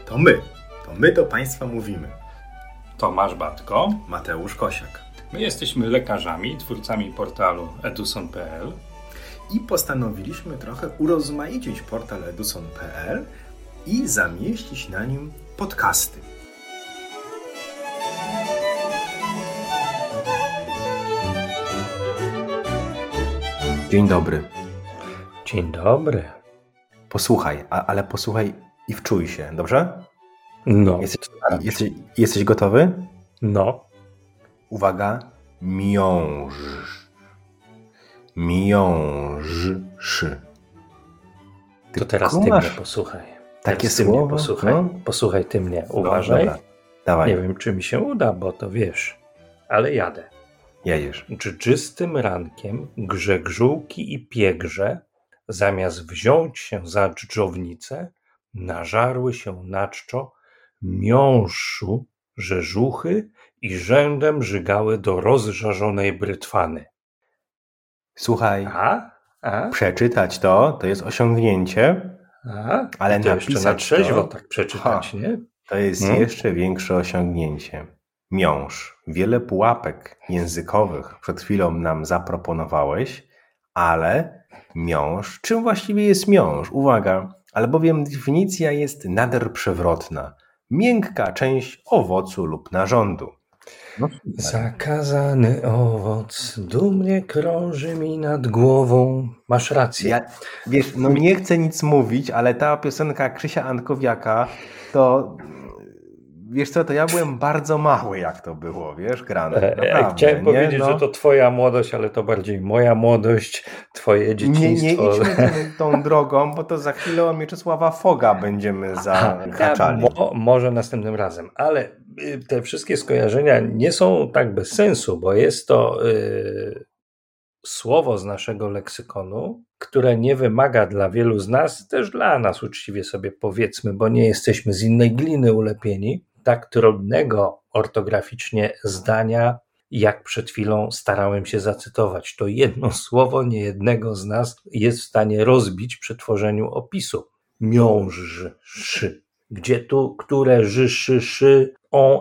To my do Państwa mówimy. Tomasz Batko, Mateusz Kosiak. My jesteśmy lekarzami, twórcami portalu eduson.pl i postanowiliśmy trochę urozmaicić portal eduson.pl i zamieścić na nim podcasty. Dzień dobry. Dzień dobry. Posłuchaj, ale posłuchaj i wczuj się, dobrze? No. Jesteś gotowy? No. Uwaga, miąższ. Miąższy. To teraz ty mnie posłuchaj. Takie słowo? Posłuchaj. No. Posłuchaj ty mnie, uważaj. Dobra. Dawaj. Nie wiem, czy mi się uda, bo to wiesz, ale jadę. Jedziesz. Dżdżystym rankiem grzegżółki i piegrze, zamiast wziąć się za dżdżownicę, nażarły się na czczo miąższu, rzeżuchy i rzędem żygały do rozżarzonej brytwany. Słuchaj, A? Przeczytać to jest osiągnięcie, ale to jeszcze na trzeźwo to, tak przeczytać, nie? To jest jeszcze większe osiągnięcie. Miąższ. Wiele pułapek językowych przed chwilą nam zaproponowałeś, ale miąższ, czym właściwie jest miąższ? Uwaga, albowiem definicja jest nader przewrotna. Miękka część owocu lub narządu. Zakazany owoc dumnie krąży mi nad głową. Masz rację. Nie chcę nic mówić, ale ta piosenka Krzysia Antkowiaka to... Wiesz co, to ja byłem bardzo mały, jak to było, grane. Naprawdę, chciałem powiedzieć, że to twoja młodość, ale to bardziej moja młodość, twoje dzieciństwo. Nie idźmy tą drogą, bo to za chwilę o Mieczysława Foga będziemy zahaczali. Może następnym razem, ale te wszystkie skojarzenia nie są tak bez sensu, bo jest to słowo z naszego leksykonu, które nie wymaga dla wielu z nas, też dla nas uczciwie sobie powiedzmy, bo nie jesteśmy z innej gliny ulepieni, tak trudnego ortograficznie zdania, jak przed chwilą starałem się zacytować. To jedno słowo niejednego z nas jest w stanie rozbić przy tworzeniu opisu. Miąższy. Gdzie tu, które szy,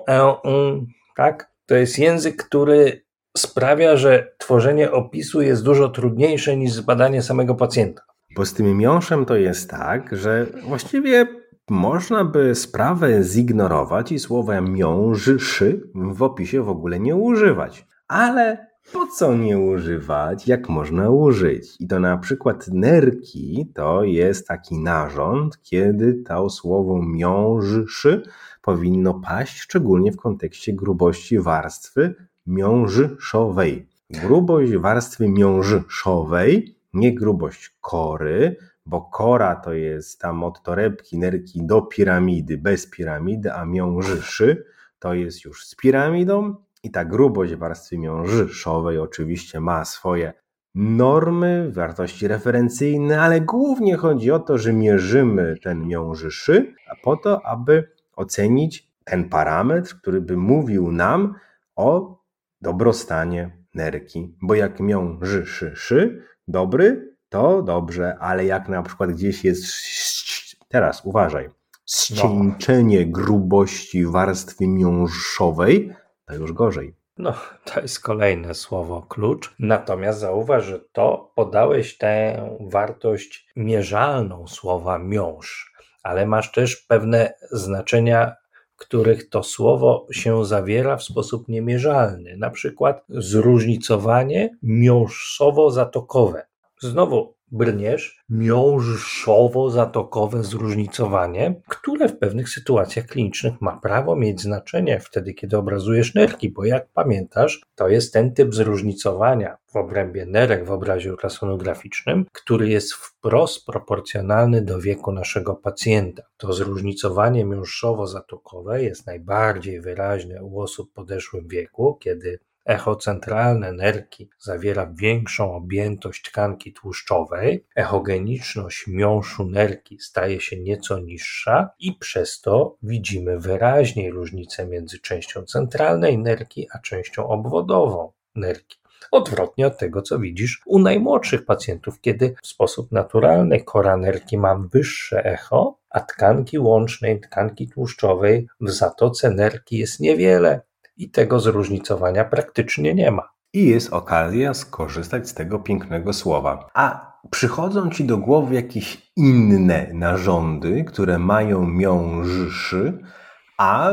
tak? To jest język, który sprawia, że tworzenie opisu jest dużo trudniejsze niż zbadanie samego pacjenta. Bo z tym miąższem to jest tak, że właściwie można by sprawę zignorować i słowa miąższy w opisie w ogóle nie używać. Ale po co nie używać, jak można użyć? I to na przykład nerki to jest taki narząd, kiedy to słowo miąższy powinno paść, szczególnie w kontekście grubości warstwy miąższowej. Grubość warstwy miąższowej, nie grubość kory, bo kora to jest tam od torebki, nerki do piramidy, bez piramidy, a miąższy to jest już z piramidą i ta grubość warstwy miąższowej oczywiście ma swoje normy, wartości referencyjne, ale głównie chodzi o to, że mierzymy ten miąższy po to, aby ocenić ten parametr, który by mówił nam o dobrostanie nerki, bo jak miąższy dobry, to dobrze, ale jak na przykład gdzieś jest, teraz uważaj, ścieńczenie grubości warstwy miąższowej, to już gorzej. To jest kolejne słowo klucz. Natomiast zauważ, że to podałeś tę wartość mierzalną słowa miąższ, ale masz też pewne znaczenia, których to słowo się zawiera w sposób niemierzalny. Na przykład zróżnicowanie miąższowo-zatokowe. Znowu brniesz, miąższowo-zatokowe zróżnicowanie, które w pewnych sytuacjach klinicznych ma prawo mieć znaczenie wtedy, kiedy obrazujesz nerki, bo jak pamiętasz, to jest ten typ zróżnicowania w obrębie nerek w obrazie ultrasonograficznym, który jest wprost proporcjonalny do wieku naszego pacjenta. To zróżnicowanie miąższowo-zatokowe jest najbardziej wyraźne u osób w podeszłym wieku, kiedy echo centralne nerki zawiera większą objętość tkanki tłuszczowej, echogeniczność miąższu nerki staje się nieco niższa i przez to widzimy wyraźniej różnicę między częścią centralnej nerki a częścią obwodową nerki. Odwrotnie od tego, co widzisz u najmłodszych pacjentów, kiedy w sposób naturalny kora nerki ma wyższe echo, a tkanki łącznej, tkanki tłuszczowej w zatoce nerki jest niewiele i tego zróżnicowania praktycznie nie ma. I jest okazja skorzystać z tego pięknego słowa. A przychodzą ci do głowy jakieś inne narządy, które mają miąższy, a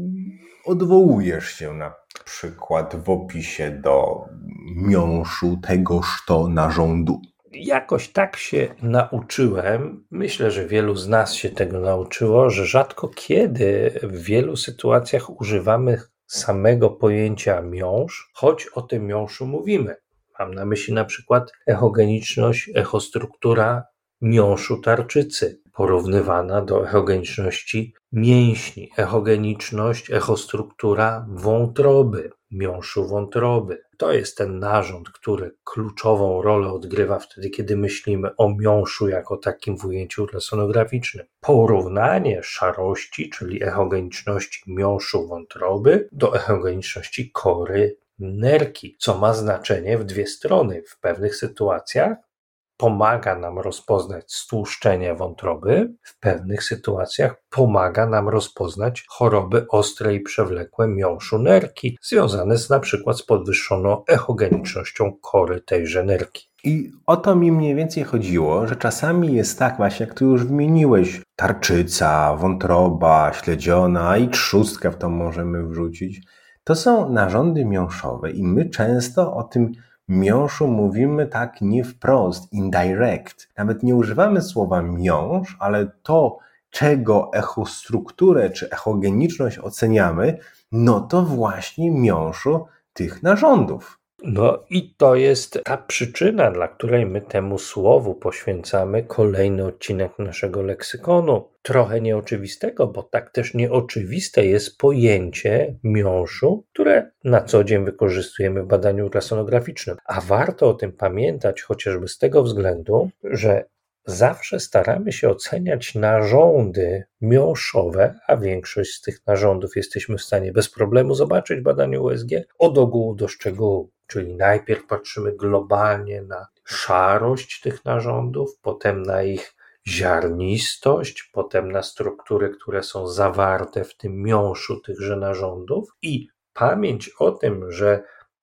odwołujesz się na przykład w opisie do miąższu tegoż to narządu. Jakoś tak się nauczyłem, myślę, że wielu z nas się tego nauczyło, że rzadko kiedy w wielu sytuacjach używamy samego pojęcia miąższ, choć o tym miąższu mówimy. Mam na myśli na przykład echogeniczność, echostruktura miąższu tarczycy, porównywana do echogeniczności mięśni, echogeniczność, echostruktura wątroby, miąższu wątroby. To jest ten narząd, który kluczową rolę odgrywa wtedy, kiedy myślimy o miąższu jako takim w ujęciu ultrasonograficznym. Porównanie szarości, czyli echogeniczności miąższu wątroby do echogeniczności kory nerki, co ma znaczenie w dwie strony. W pewnych sytuacjach pomaga nam rozpoznać stłuszczenie wątroby, w pewnych sytuacjach pomaga nam rozpoznać choroby ostre i przewlekłe miąższu nerki, związane na przykład z podwyższoną echogenicznością kory tejże nerki. I o to mi mniej więcej chodziło, że czasami jest tak właśnie, jak tu już wymieniłeś, tarczyca, wątroba, śledziona i trzustkę w to możemy wrzucić. To są narządy miąższowe i my często o tym miąższu mówimy tak nie wprost, indirect. Nawet nie używamy słowa miąższ, ale to, czego echostrukturę czy echogeniczność oceniamy, no to właśnie miąższu tych narządów. No i to jest ta przyczyna, dla której my temu słowu poświęcamy kolejny odcinek naszego leksykonu. Trochę nieoczywistego, bo tak też nieoczywiste jest pojęcie miąższu, które na co dzień wykorzystujemy w badaniu ultrasonograficznym. A warto o tym pamiętać chociażby z tego względu, że zawsze staramy się oceniać narządy miąższowe, a większość z tych narządów jesteśmy w stanie bez problemu zobaczyć w badaniu USG od ogółu do szczegółu. Czyli najpierw patrzymy globalnie na szarość tych narządów, potem na ich ziarnistość, potem na struktury, które są zawarte w tym miąższu tychże narządów i pamięć o tym, że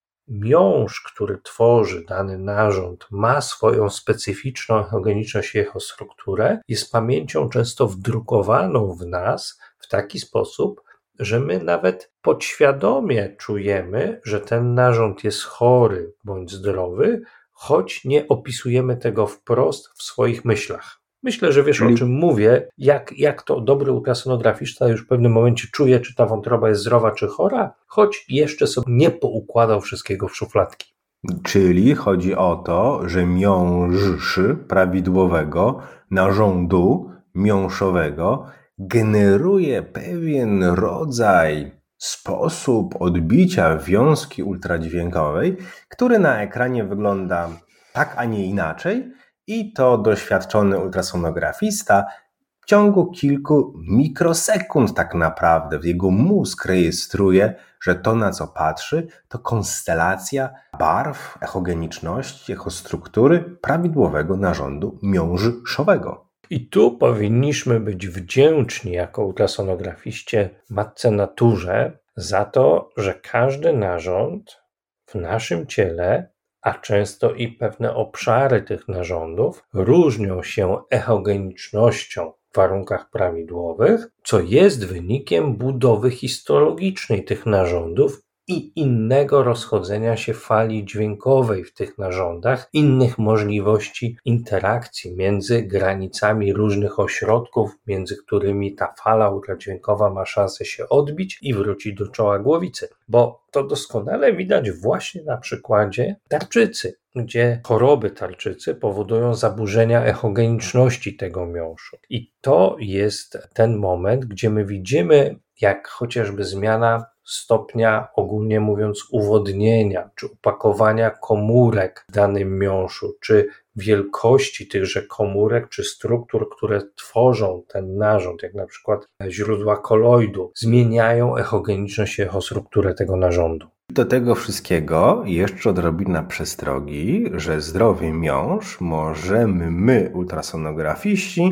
miąższ, który tworzy dany narząd, ma swoją specyficzną echogeniczność i echostrukturę, jest pamięcią często wdrukowaną w nas w taki sposób, że my nawet podświadomie czujemy, że ten narząd jest chory bądź zdrowy, choć nie opisujemy tego wprost w swoich myślach. Myślę, że wiesz, o czym mówię, jak to dobry ultrasonografista już w pewnym momencie czuje, czy ta wątroba jest zdrowa, czy chora, choć jeszcze sobie nie poukładał wszystkiego w szufladki. Czyli chodzi o to, że miąższ prawidłowego narządu miąższowego generuje pewien rodzaj, sposób odbicia wiązki ultradźwiękowej, który na ekranie wygląda tak, a nie inaczej i to doświadczony ultrasonografista w ciągu kilku mikrosekund tak naprawdę w jego mózg rejestruje, że to, na co patrzy, to konstelacja barw, echogeniczności, echostruktury prawidłowego narządu miąższowego. I tu powinniśmy być wdzięczni jako ultrasonografiście matce naturze za to, że każdy narząd w naszym ciele, a często i pewne obszary tych narządów różnią się echogenicznością w warunkach prawidłowych, co jest wynikiem budowy histologicznej tych narządów i innego rozchodzenia się fali dźwiękowej w tych narządach, innych możliwości interakcji między granicami różnych ośrodków, między którymi ta fala ultradźwiękowa ma szansę się odbić i wrócić do czoła głowicy. Bo to doskonale widać właśnie na przykładzie tarczycy, gdzie choroby tarczycy powodują zaburzenia echogeniczności tego miąższu. I to jest ten moment, gdzie my widzimy, jak chociażby zmiana stopnia, ogólnie mówiąc, uwodnienia, czy upakowania komórek w danym miąższu, czy wielkości tychże komórek, czy struktur, które tworzą ten narząd, jak na przykład źródła koloidu, zmieniają echogeniczność i echostrukturę tego narządu. Do tego wszystkiego jeszcze odrobina przestrogi, że zdrowy miąższ możemy my, ultrasonografiści,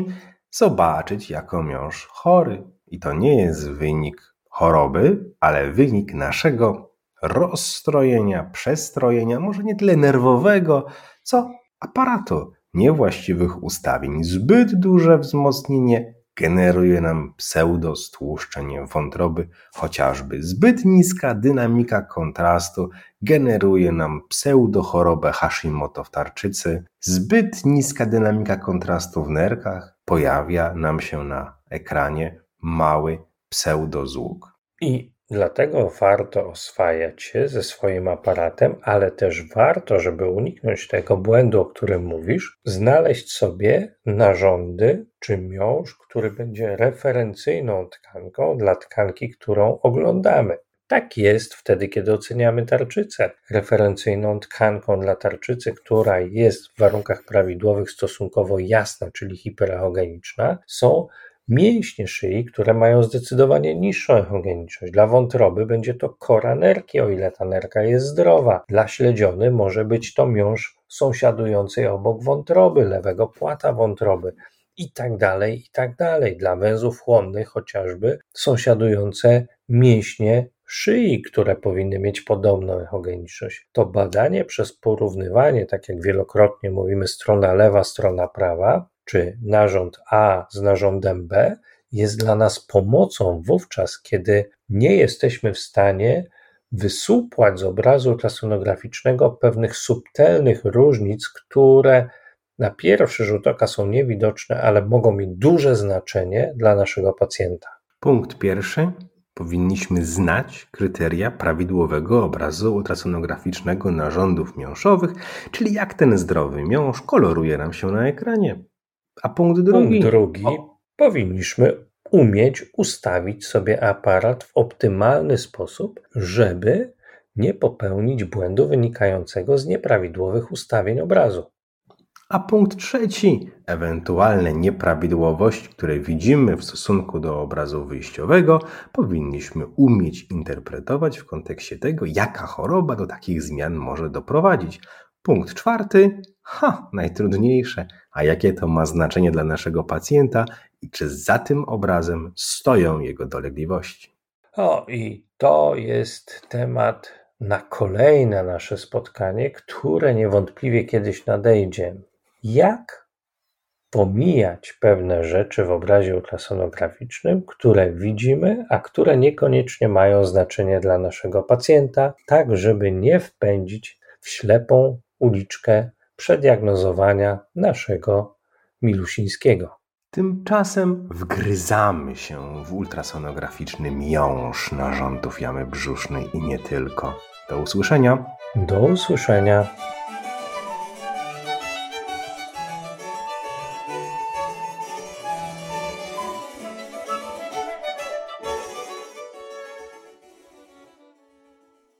zobaczyć jako miąższ chory. I to nie jest wynik choroby, ale wynik naszego rozstrojenia, przestrojenia, może nie tyle nerwowego, co aparatu, niewłaściwych ustawień. Zbyt duże wzmocnienie generuje nam pseudostłuszczenie wątroby, chociażby zbyt niska dynamika kontrastu generuje nam pseudochorobę Hashimoto w tarczycy, zbyt niska dynamika kontrastu w nerkach pojawia nam się na ekranie mały pseudozług. I dlatego warto oswajać się ze swoim aparatem, ale też warto, żeby uniknąć tego błędu, o którym mówisz, znaleźć sobie narządy czy miąższ, który będzie referencyjną tkanką dla tkanki, którą oglądamy. Tak jest wtedy, kiedy oceniamy tarczycę. Referencyjną tkanką dla tarczycy, która jest w warunkach prawidłowych stosunkowo jasna, czyli hiperechogeniczna, są mięśnie szyi, które mają zdecydowanie niższą echogeniczność. Dla wątroby będzie to kora nerki, o ile ta nerka jest zdrowa. Dla śledziony może być to miąższ sąsiadującej obok wątroby, lewego płata wątroby i tak dalej, i tak dalej. Dla węzłów chłonnych chociażby sąsiadujące mięśnie szyi, które powinny mieć podobną echogeniczność. To badanie przez porównywanie, tak jak wielokrotnie mówimy, strona lewa, strona prawa, czy narząd A z narządem B, jest dla nas pomocą wówczas, kiedy nie jesteśmy w stanie wysupłać z obrazu ultrasonograficznego pewnych subtelnych różnic, które na pierwszy rzut oka są niewidoczne, ale mogą mieć duże znaczenie dla naszego pacjenta. Punkt pierwszy. Powinniśmy znać kryteria prawidłowego obrazu ultrasonograficznego narządów miąższowych, czyli jak ten zdrowy miąższ koloruje nam się na ekranie. A punkt drugi. Powinniśmy umieć ustawić sobie aparat w optymalny sposób, żeby nie popełnić błędu wynikającego z nieprawidłowych ustawień obrazu. A punkt trzeci. Ewentualne nieprawidłowości, które widzimy w stosunku do obrazu wyjściowego, powinniśmy umieć interpretować w kontekście tego, jaka choroba do takich zmian może doprowadzić. Punkt czwarty. Najtrudniejsze. A jakie to ma znaczenie dla naszego pacjenta i czy za tym obrazem stoją jego dolegliwości? I to jest temat na kolejne nasze spotkanie, które niewątpliwie kiedyś nadejdzie. Jak pomijać pewne rzeczy w obrazie ultrasonograficznym, które widzimy, a które niekoniecznie mają znaczenie dla naszego pacjenta, tak żeby nie wpędzić w ślepą uliczkę przeddiagnozowania naszego milusińskiego. Tymczasem wgryzamy się w ultrasonograficzny miąższ narządów jamy brzusznej i nie tylko. Do usłyszenia. Do usłyszenia.